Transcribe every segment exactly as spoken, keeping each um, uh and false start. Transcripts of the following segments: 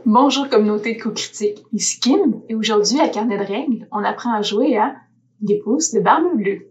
Bonjour communauté de coups critiques, ici Kim, et aujourd'hui à Carnet de règles, on apprend à jouer à l'épouse de Barbe Bleue.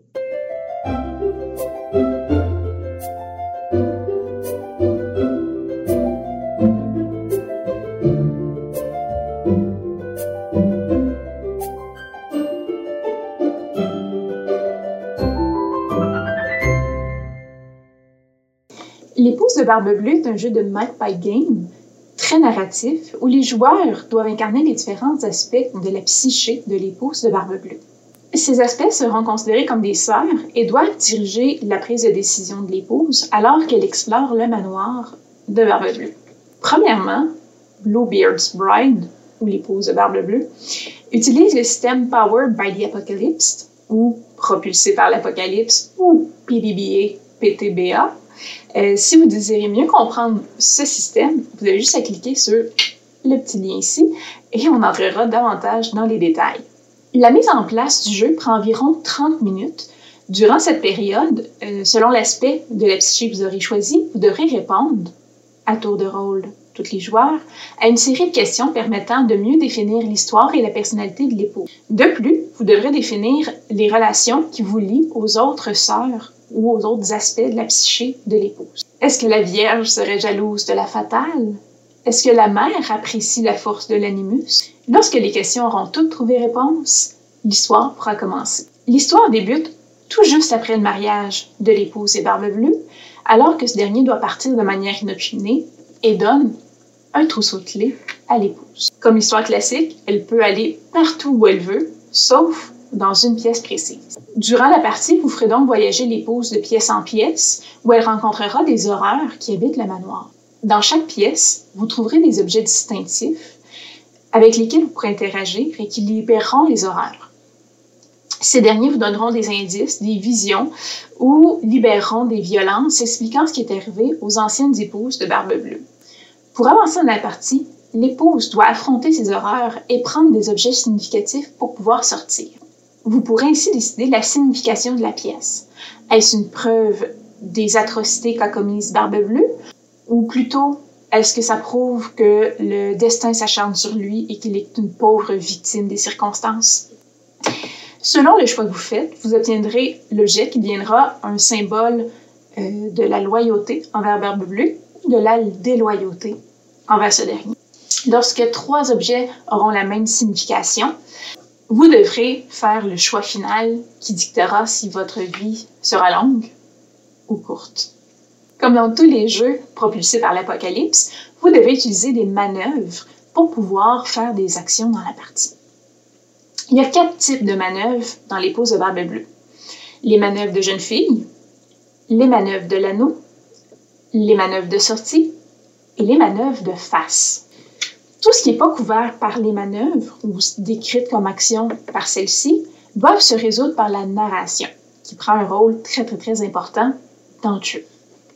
L'épouse de Barbe Bleue est un jeu de Mike by Game très narratif où les joueurs doivent incarner les différents aspects de la psyché de l'épouse de Barbe Bleue. Ces aspects seront considérés comme des sœurs et doivent diriger la prise de décision de l'épouse alors qu'elle explore le manoir de Barbe Bleue. Premièrement, Bluebeard's Bride, ou l'épouse de Barbe Bleue, utilise le système Powered by the Apocalypse, ou propulsé par l'Apocalypse, ou P D B A, P T B A. Euh, si vous désirez mieux comprendre ce système, vous avez juste à cliquer sur le petit lien ici et on entrera davantage dans les détails. La mise en place du jeu prend environ trente minutes. Durant cette période, euh, selon l'aspect de la psyché que vous aurez choisi, vous devrez répondre, à tour de rôle, tous les joueurs, à une série de questions permettant de mieux définir l'histoire et la personnalité de l'époux. De plus, vous devrez définir les relations qui vous lient aux autres sœurs ou aux autres aspects de la psyché de l'épouse. Est-ce que la Vierge serait jalouse de la fatale? Est-ce que la mère apprécie la force de l'animus? Lorsque les questions auront toutes trouvé réponse, l'histoire pourra commencer. L'histoire débute tout juste après le mariage de l'épouse et Barbe Bleue, alors que ce dernier doit partir de manière inopinée et donne un trousseau de clés à l'épouse. Comme l'histoire classique, elle peut aller partout où elle veut, sauf dans une pièce précise. Durant la partie, vous ferez donc voyager l'épouse de pièce en pièce, où elle rencontrera des horreurs qui habitent le manoir. Dans chaque pièce, vous trouverez des objets distinctifs avec lesquels vous pourrez interagir et qui libéreront les horreurs. Ces derniers vous donneront des indices, des visions ou libéreront des violences expliquant ce qui est arrivé aux anciennes épouses de Barbe Bleue. Pour avancer dans la partie, l'épouse doit affronter ces horreurs et prendre des objets significatifs pour pouvoir sortir. Vous pourrez ainsi décider de la signification de la pièce. Est-ce une preuve des atrocités qu'a commises Barbe Bleue? Ou plutôt, est-ce que ça prouve que le destin s'acharne sur lui et qu'il est une pauvre victime des circonstances? Selon le choix que vous faites, vous obtiendrez l'objet qui deviendra un symbole euh, de la loyauté envers Barbe Bleue ou de la déloyauté envers ce dernier. Lorsque trois objets auront la même signification, vous devrez faire le choix final qui dictera si votre vie sera longue ou courte. Comme dans tous les jeux propulsés par l'Apocalypse, vous devez utiliser des manœuvres pour pouvoir faire des actions dans la partie. Il y a quatre types de manœuvres dans l'épouse de Barbe Bleue. Les manœuvres de jeune fille, les manœuvres de l'anneau, les manœuvres de sortie et les manœuvres de face. Tout ce qui n'est pas couvert par les manœuvres ou décrites comme action par celles-ci doivent se résoudre par la narration, qui prend un rôle très très très important dans le jeu.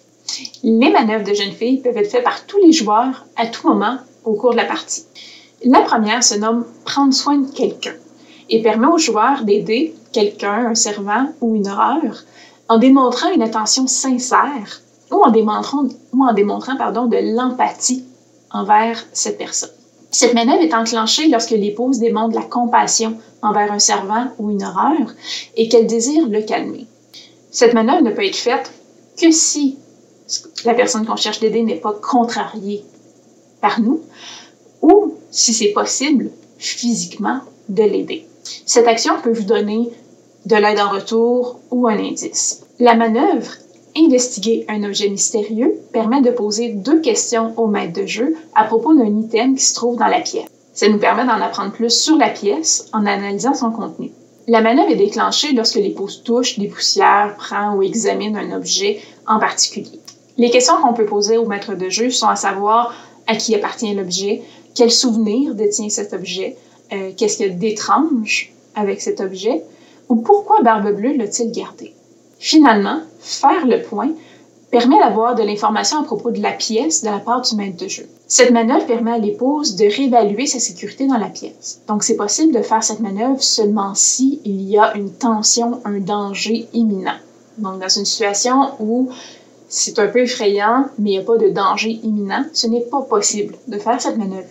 Les manœuvres de jeune fille peuvent être faites par tous les joueurs à tout moment au cours de la partie. La première se nomme « Prendre soin de quelqu'un » et permet aux joueurs d'aider quelqu'un, un servant ou une horreur, en démontrant une attention sincère ou en démontrant, ou en démontrant pardon, de l'empathie envers cette personne. Cette manœuvre est enclenchée lorsque l'épouse démontre la compassion envers un servant ou une horreur et qu'elle désire le calmer. Cette manœuvre ne peut être faite que si la personne qu'on cherche d'aider n'est pas contrariée par nous ou si c'est possible physiquement de l'aider. Cette action peut vous donner de l'aide en retour ou un indice. La manœuvre Investiguer un objet mystérieux permet de poser deux questions au maître de jeu à propos d'un item qui se trouve dans la pièce. Ça nous permet d'en apprendre plus sur la pièce en analysant son contenu. La manœuvre est déclenchée lorsque l'épouse touche, dépoussière, prend ou examine un objet en particulier. Les questions qu'on peut poser au maître de jeu sont à savoir à qui appartient l'objet, quel souvenir détient cet objet, euh, qu'est-ce qu'il y a d'étrange avec cet objet, ou pourquoi Barbe Bleue l'a-t-il gardé. Finalement, faire le point permet d'avoir de l'information à propos de la pièce de la part du maître de jeu. Cette manœuvre permet à l'épouse de réévaluer sa sécurité dans la pièce. Donc, c'est possible de faire cette manœuvre seulement si il y a une tension, un danger imminent. Donc, dans une situation où c'est un peu effrayant, mais il n'y a pas de danger imminent, ce n'est pas possible de faire cette manœuvre-là.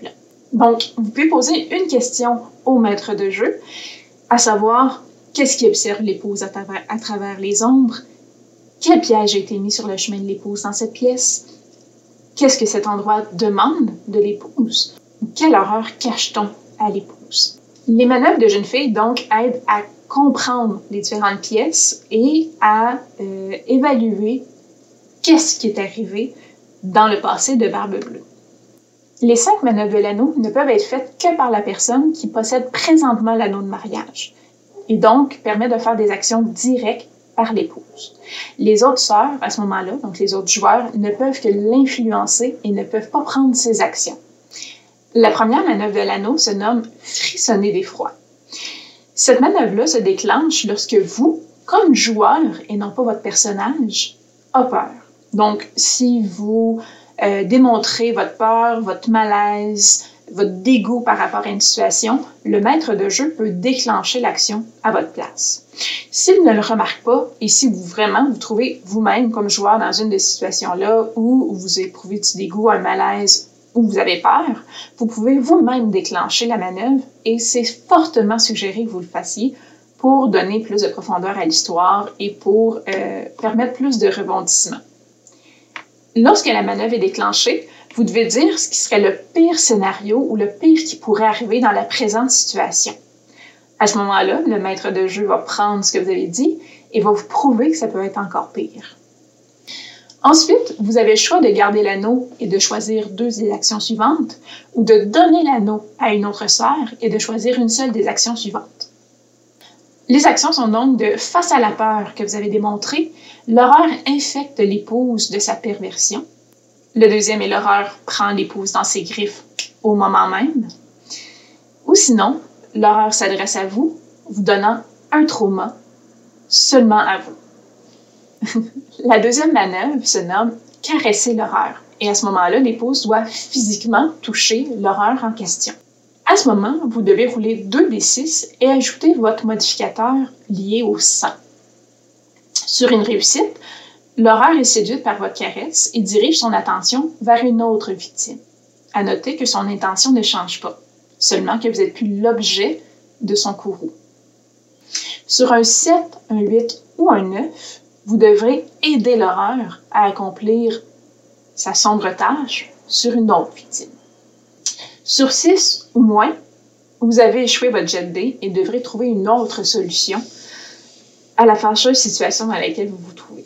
Donc, vous pouvez poser une question au maître de jeu, à savoir, qu'est-ce qui observe l'épouse à travers, à travers les ombres? Quel piège a été mis sur le chemin de l'épouse dans cette pièce? Qu'est-ce que cet endroit demande de l'épouse? Quelle horreur cache-t-on à l'épouse? Les manœuvres de jeune fille, donc, aident à comprendre les différentes pièces et à euh, évaluer qu'est-ce qui est arrivé dans le passé de Barbe Bleue. Les cinq manœuvres de l'anneau ne peuvent être faites que par la personne qui possède présentement l'anneau de mariage et donc permet de faire des actions directes par l'épouse. Les autres sœurs, à ce moment-là, donc les autres joueurs, ne peuvent que l'influencer et ne peuvent pas prendre ses actions. La première manœuvre de l'anneau se nomme « frissonner d'effroi ». Cette manœuvre-là se déclenche lorsque vous, comme joueur et non pas votre personnage, a peur. Donc, si vous euh, démontrez votre peur, votre malaise, votre dégoût par rapport à une situation, le maître de jeu peut déclencher l'action à votre place. S'il ne le remarque pas et si vous vraiment vous trouvez vous-même comme joueur dans une de ces situations-là où vous éprouvez du dégoût, un malaise ou vous avez peur, vous pouvez vous-même déclencher la manœuvre et c'est fortement suggéré que vous le fassiez pour donner plus de profondeur à l'histoire et pour euh, permettre plus de rebondissements. Lorsque la manœuvre est déclenchée, vous devez dire ce qui serait le pire scénario ou le pire qui pourrait arriver dans la présente situation. À ce moment-là, le maître de jeu va prendre ce que vous avez dit et va vous prouver que ça peut être encore pire. Ensuite, vous avez le choix de garder l'anneau et de choisir deux des actions suivantes ou de donner l'anneau à une autre sœur et de choisir une seule des actions suivantes. Les actions sont donc de face à la peur que vous avez démontrée, l'horreur infecte l'épouse de sa perversion. Le deuxième est l'horreur prend l'épouse dans ses griffes au moment même. Ou sinon, l'horreur s'adresse à vous, vous donnant un trauma seulement à vous. La deuxième manœuvre se nomme « caresser l'horreur » et à ce moment-là, l'épouse doit physiquement toucher l'horreur en question. À ce moment, vous devez rouler deux dés six et ajouter votre modificateur lié au sang. Sur une réussite, l'horreur est séduite par votre caresse et dirige son attention vers une autre victime. À noter que son intention ne change pas, seulement que vous n'êtes plus l'objet de son courroux. Sur un sept, un huit ou un neuf, vous devrez aider l'horreur à accomplir sa sombre tâche sur une autre victime. Sur six ou moins, vous avez échoué votre jet de dés et devrez trouver une autre solution à la fâcheuse situation dans laquelle vous vous trouvez.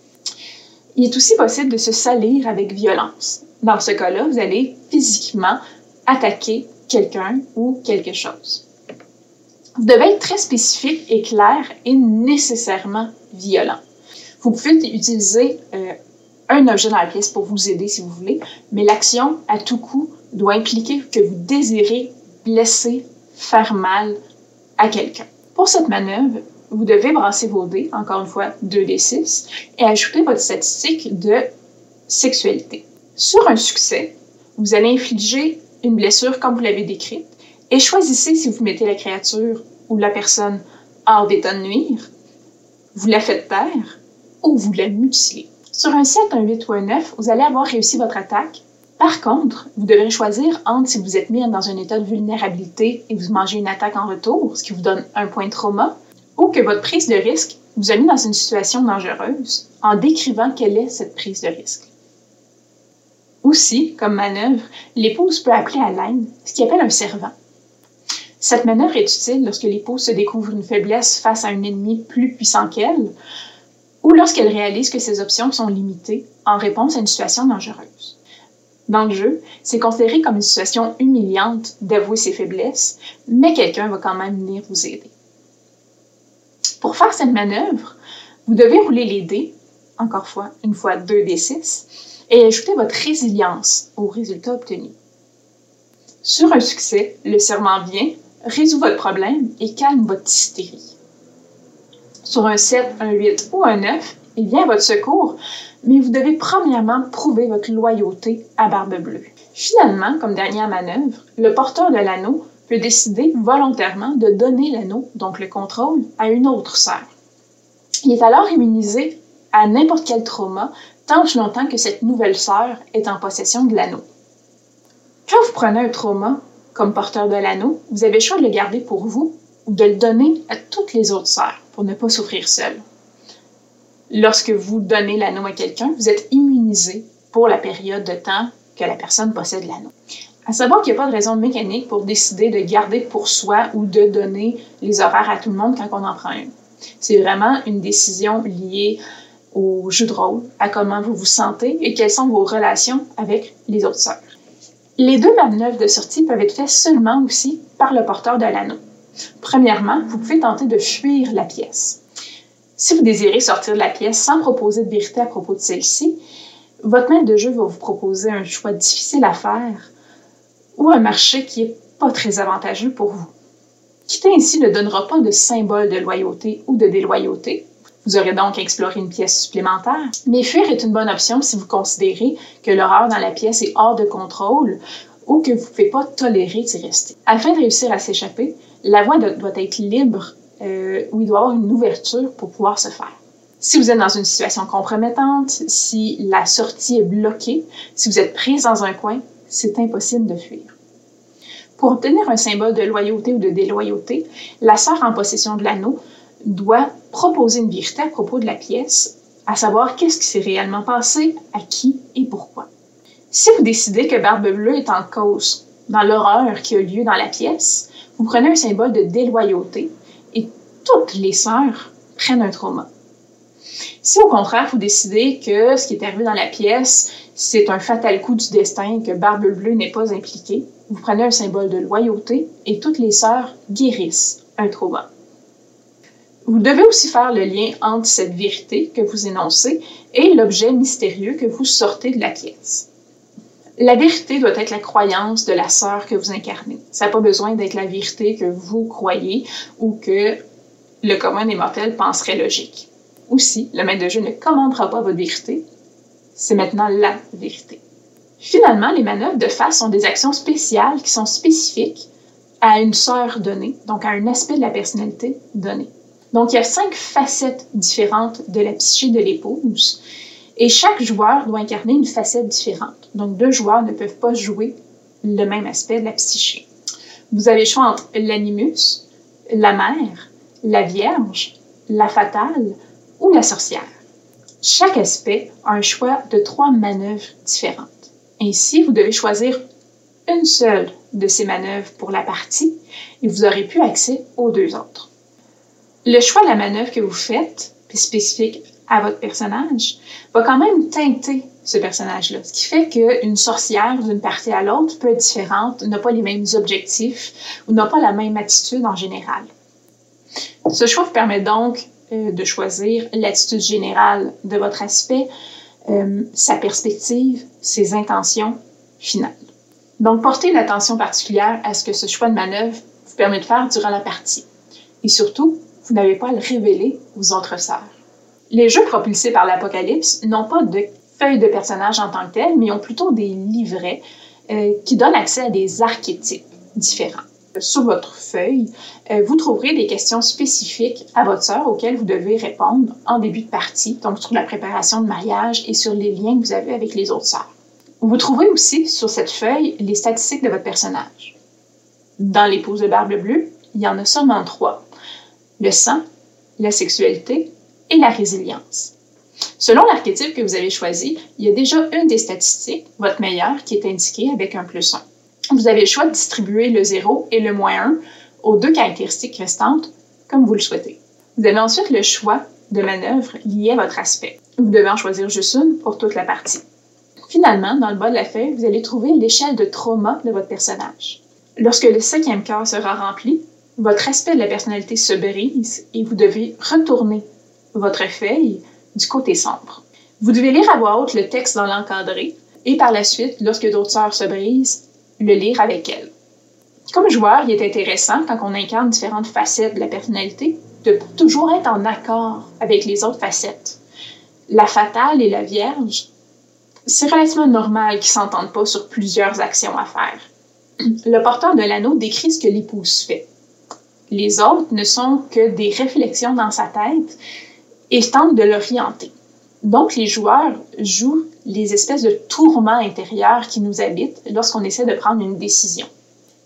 Il est aussi possible de se salir avec violence. Dans ce cas-là, vous allez physiquement attaquer quelqu'un ou quelque chose. Vous devez être très spécifique et clair et nécessairement violent. Vous pouvez utiliser euh, un objet dans la pièce pour vous aider si vous voulez, mais l'action, à tout coup, doit impliquer que vous désirez blesser, faire mal à quelqu'un. Pour cette manœuvre, vous devez brasser vos dés, encore une fois deux dés six, et ajouter votre statistique de sexualité. Sur un succès, vous allez infliger une blessure comme vous l'avez décrite et choisissez si vous mettez la créature ou la personne hors d'état de nuire, vous la faites taire ou vous la mutilez. Sur un sept, un huit ou un neuf, vous allez avoir réussi votre attaque. Par contre, vous devrez choisir entre si vous êtes mis dans un état de vulnérabilité et vous mangez une attaque en retour, ce qui vous donne un point de trauma, ou que votre prise de risque vous a mis dans une situation dangereuse en décrivant quelle est cette prise de risque. Aussi, comme manœuvre, l'épouse peut appeler à l'aide, ce qu'il appelle un servant. Cette manœuvre est utile lorsque l'épouse se découvre une faiblesse face à un ennemi plus puissant qu'elle, ou lorsqu'elle réalise que ses options sont limitées en réponse à une situation dangereuse. Dans le jeu, c'est considéré comme une situation humiliante d'avouer ses faiblesses, mais quelqu'un va quand même venir vous aider. Pour faire cette manœuvre, vous devez rouler les dés, encore fois, une fois deux dés six, et ajouter votre résilience au résultat obtenu. Sur un succès, le serment vient, résout votre problème et calme votre hystérie. Sur un sept, un huit ou un neuf, il vient à votre secours, mais vous devez premièrement prouver votre loyauté à Barbe Bleue. Finalement, comme dernière manœuvre, le porteur de l'anneau peut décider volontairement de donner l'anneau, donc le contrôle, à une autre sœur. Il est alors immunisé à n'importe quel trauma tant longtemps que cette nouvelle sœur est en possession de l'anneau. Quand vous prenez un trauma, comme porteur de l'anneau, vous avez le choix de le garder pour vous ou de le donner à toutes les autres sœurs pour ne pas souffrir seul. Lorsque vous donnez l'anneau à quelqu'un, vous êtes immunisé pour la période de temps que la personne possède l'anneau. À savoir qu'il n'y a pas de raison mécanique pour décider de garder pour soi ou de donner les horaires à tout le monde quand on en prend une. C'est vraiment une décision liée au jeu de rôle, à comment vous vous sentez et quelles sont vos relations avec les autres sœurs. Les deux manœuvres de sortie peuvent être faites seulement aussi par le porteur de l'anneau. Premièrement, vous pouvez tenter de fuir la pièce. Si vous désirez sortir de la pièce sans proposer de vérité à propos de celle-ci, votre maître de jeu va vous proposer un choix difficile à faire ou un marché qui n'est pas très avantageux pour vous. Quitter ainsi ne donnera pas de symbole de loyauté ou de déloyauté. Vous aurez donc exploré une pièce supplémentaire. Mais fuir est une bonne option si vous considérez que l'horreur dans la pièce est hors de contrôle ou que vous ne pouvez pas tolérer d'y rester. Afin de réussir à s'échapper, la voie doit être libre euh, ou il doit y avoir une ouverture pour pouvoir se faire. Si vous êtes dans une situation compromettante, si la sortie est bloquée, si vous êtes prise dans un coin, c'est impossible de fuir. Pour obtenir un symbole de loyauté ou de déloyauté, la sœur en possession de l'anneau doit proposer une vérité à propos de la pièce, à savoir qu'est-ce qui s'est réellement passé, à qui et pourquoi. Si vous décidez que Barbe Bleue est en cause dans l'horreur qui a lieu dans la pièce, vous prenez un symbole de déloyauté et toutes les sœurs prennent un trauma. Si au contraire, vous décidez que ce qui est arrivé dans la pièce, c'est un fatal coup du destin et que Barbe Bleue n'est pas impliquée, vous prenez un symbole de loyauté et toutes les sœurs guérissent un trauma. Vous devez aussi faire le lien entre cette vérité que vous énoncez et l'objet mystérieux que vous sortez de la pièce. La vérité doit être la croyance de la sœur que vous incarnez. Ça n'a pas besoin d'être la vérité que vous croyez ou que le commun des mortels penserait logique. Aussi, le maître de jeu ne commandera pas votre vérité, c'est maintenant la vérité. Finalement, les manœuvres de face sont des actions spéciales qui sont spécifiques à une sœur donnée, donc à un aspect de la personnalité donnée. Donc, il y a cinq facettes différentes de la psyché de l'épouse et chaque joueur doit incarner une facette différente. Donc, deux joueurs ne peuvent pas jouer le même aspect de la psyché. Vous avez le choix entre l'animus, la mère, la vierge, la fatale ou la sorcière. Chaque aspect a un choix de trois manœuvres différentes. Ainsi, vous devez choisir une seule de ces manœuvres pour la partie et vous aurez plus accès aux deux autres. Le choix de la manœuvre que vous faites, spécifique à votre personnage, va quand même teinter ce personnage-là. Ce qui fait qu'une sorcière d'une partie à l'autre peut être différente, n'a pas les mêmes objectifs ou n'a pas la même attitude en général. Ce choix vous permet donc euh, de choisir l'attitude générale de votre aspect, euh, sa perspective, ses intentions finales. Donc, portez une attention particulière à ce que ce choix de manœuvre vous permet de faire durant la partie. Et surtout, vous n'avez pas à le révéler aux autres sœurs. Les jeux propulsés par l'Apocalypse n'ont pas de feuilles de personnages en tant que telles, mais ont plutôt des livrets euh, qui donnent accès à des archétypes différents. Sur votre feuille, euh, vous trouverez des questions spécifiques à votre sœur auxquelles vous devez répondre en début de partie, donc sur la préparation de mariage et sur les liens que vous avez avec les autres sœurs. Vous trouverez aussi sur cette feuille les statistiques de votre personnage. Dans l'épouse de Barbe Bleue, il y en a seulement trois. Le sang, la sexualité et la résilience. Selon l'archétype que vous avez choisi, il y a déjà une des statistiques, votre meilleure, qui est indiquée avec un plus un. Vous avez le choix de distribuer le zéro et le moins un aux deux caractéristiques restantes, comme vous le souhaitez. Vous avez ensuite le choix de manœuvres liées à votre aspect. Vous devez en choisir juste une pour toute la partie. Finalement, dans le bas de la feuille, vous allez trouver l'échelle de trauma de votre personnage. Lorsque le cinquième cœur sera rempli, votre aspect de la personnalité se brise et vous devez retourner votre feuille du côté sombre. Vous devez lire à voix haute le texte dans l'encadré et par la suite, lorsque d'autres sœurs se brisent, le lire avec elles. Comme joueur, il est intéressant, quand on incarne différentes facettes de la personnalité, de toujours être en accord avec les autres facettes. La fatale et la vierge, c'est relativement normal qu'ils ne s'entendent pas sur plusieurs actions à faire. Le porteur de l'anneau décrit ce que l'épouse fait. Les autres ne sont que des réflexions dans sa tête et tentent de l'orienter. Donc, les joueurs jouent les espèces de tourments intérieurs qui nous habitent lorsqu'on essaie de prendre une décision.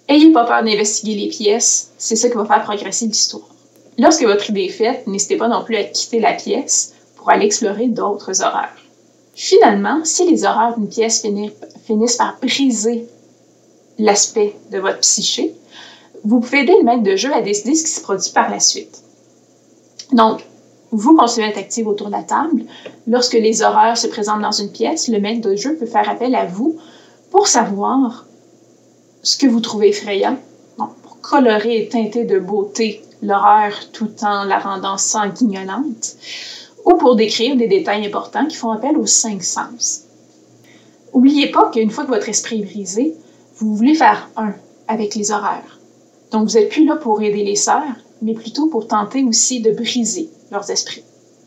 Ayez pas peur d'investiguer les pièces, c'est ça qui va faire progresser l'histoire. Lorsque votre idée est faite, n'hésitez pas non plus à quitter la pièce pour aller explorer d'autres horreurs. Finalement, si les horreurs d'une pièce finissent par briser l'aspect de votre psyché, vous pouvez aider le maître de jeu à décider ce qui se produit par la suite. Donc, vous continuez à être active autour de la table. Lorsque les horreurs se présentent dans une pièce, le maître de jeu peut faire appel à vous pour savoir ce que vous trouvez effrayant, donc pour colorer et teinter de beauté l'horreur tout en la rendant sanguignolante, ou pour décrire des détails importants qui font appel aux cinq sens. N'oubliez pas qu'une fois que votre esprit est brisé, vous voulez faire un avec les horreurs. Donc vous n'êtes plus là pour aider les sœurs, mais plutôt pour tenter aussi de briser leurs esprits.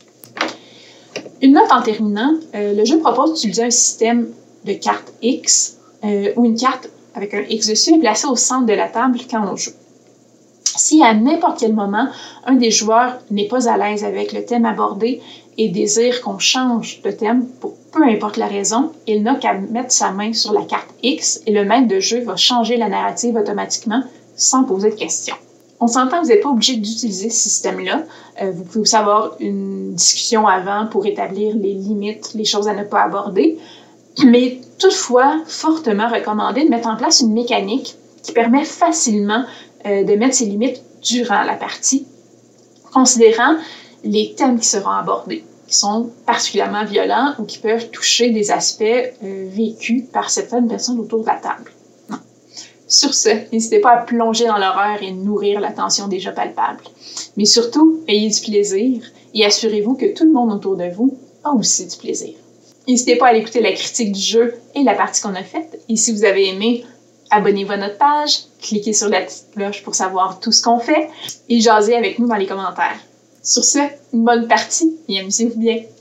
Une note en terminant, euh, le jeu propose d'utiliser un système de cartes X, euh, où une carte avec un X dessus est placée au centre de la table quand on joue. Si à n'importe quel moment, un des joueurs n'est pas à l'aise avec le thème abordé et désire qu'on change de thème pour peu importe la raison, il n'a qu'à mettre sa main sur la carte X et le maître de jeu va changer la narrative automatiquement sans poser de questions. On s'entend que vous n'êtes pas obligé d'utiliser ce système-là. Euh, vous pouvez aussi avoir une discussion avant pour établir les limites, les choses à ne pas aborder. Mais toutefois, fortement recommandé de mettre en place une mécanique qui permet facilement euh, de mettre ses limites durant la partie, considérant les thèmes qui seront abordés, qui sont particulièrement violents ou qui peuvent toucher des aspects euh, vécus par certaines personnes autour de la table. Non. Sur ce, n'hésitez pas à plonger dans l'horreur et nourrir la tension déjà palpable. Mais surtout, ayez du plaisir et assurez-vous que tout le monde autour de vous a aussi du plaisir. N'hésitez pas à aller écouter la critique du jeu et la partie qu'on a faite. Et si vous avez aimé, abonnez-vous à notre page, cliquez sur la petite cloche pour savoir tout ce qu'on fait et jasez avec nous dans les commentaires. Sur ce, bonne partie et amusez-vous bien!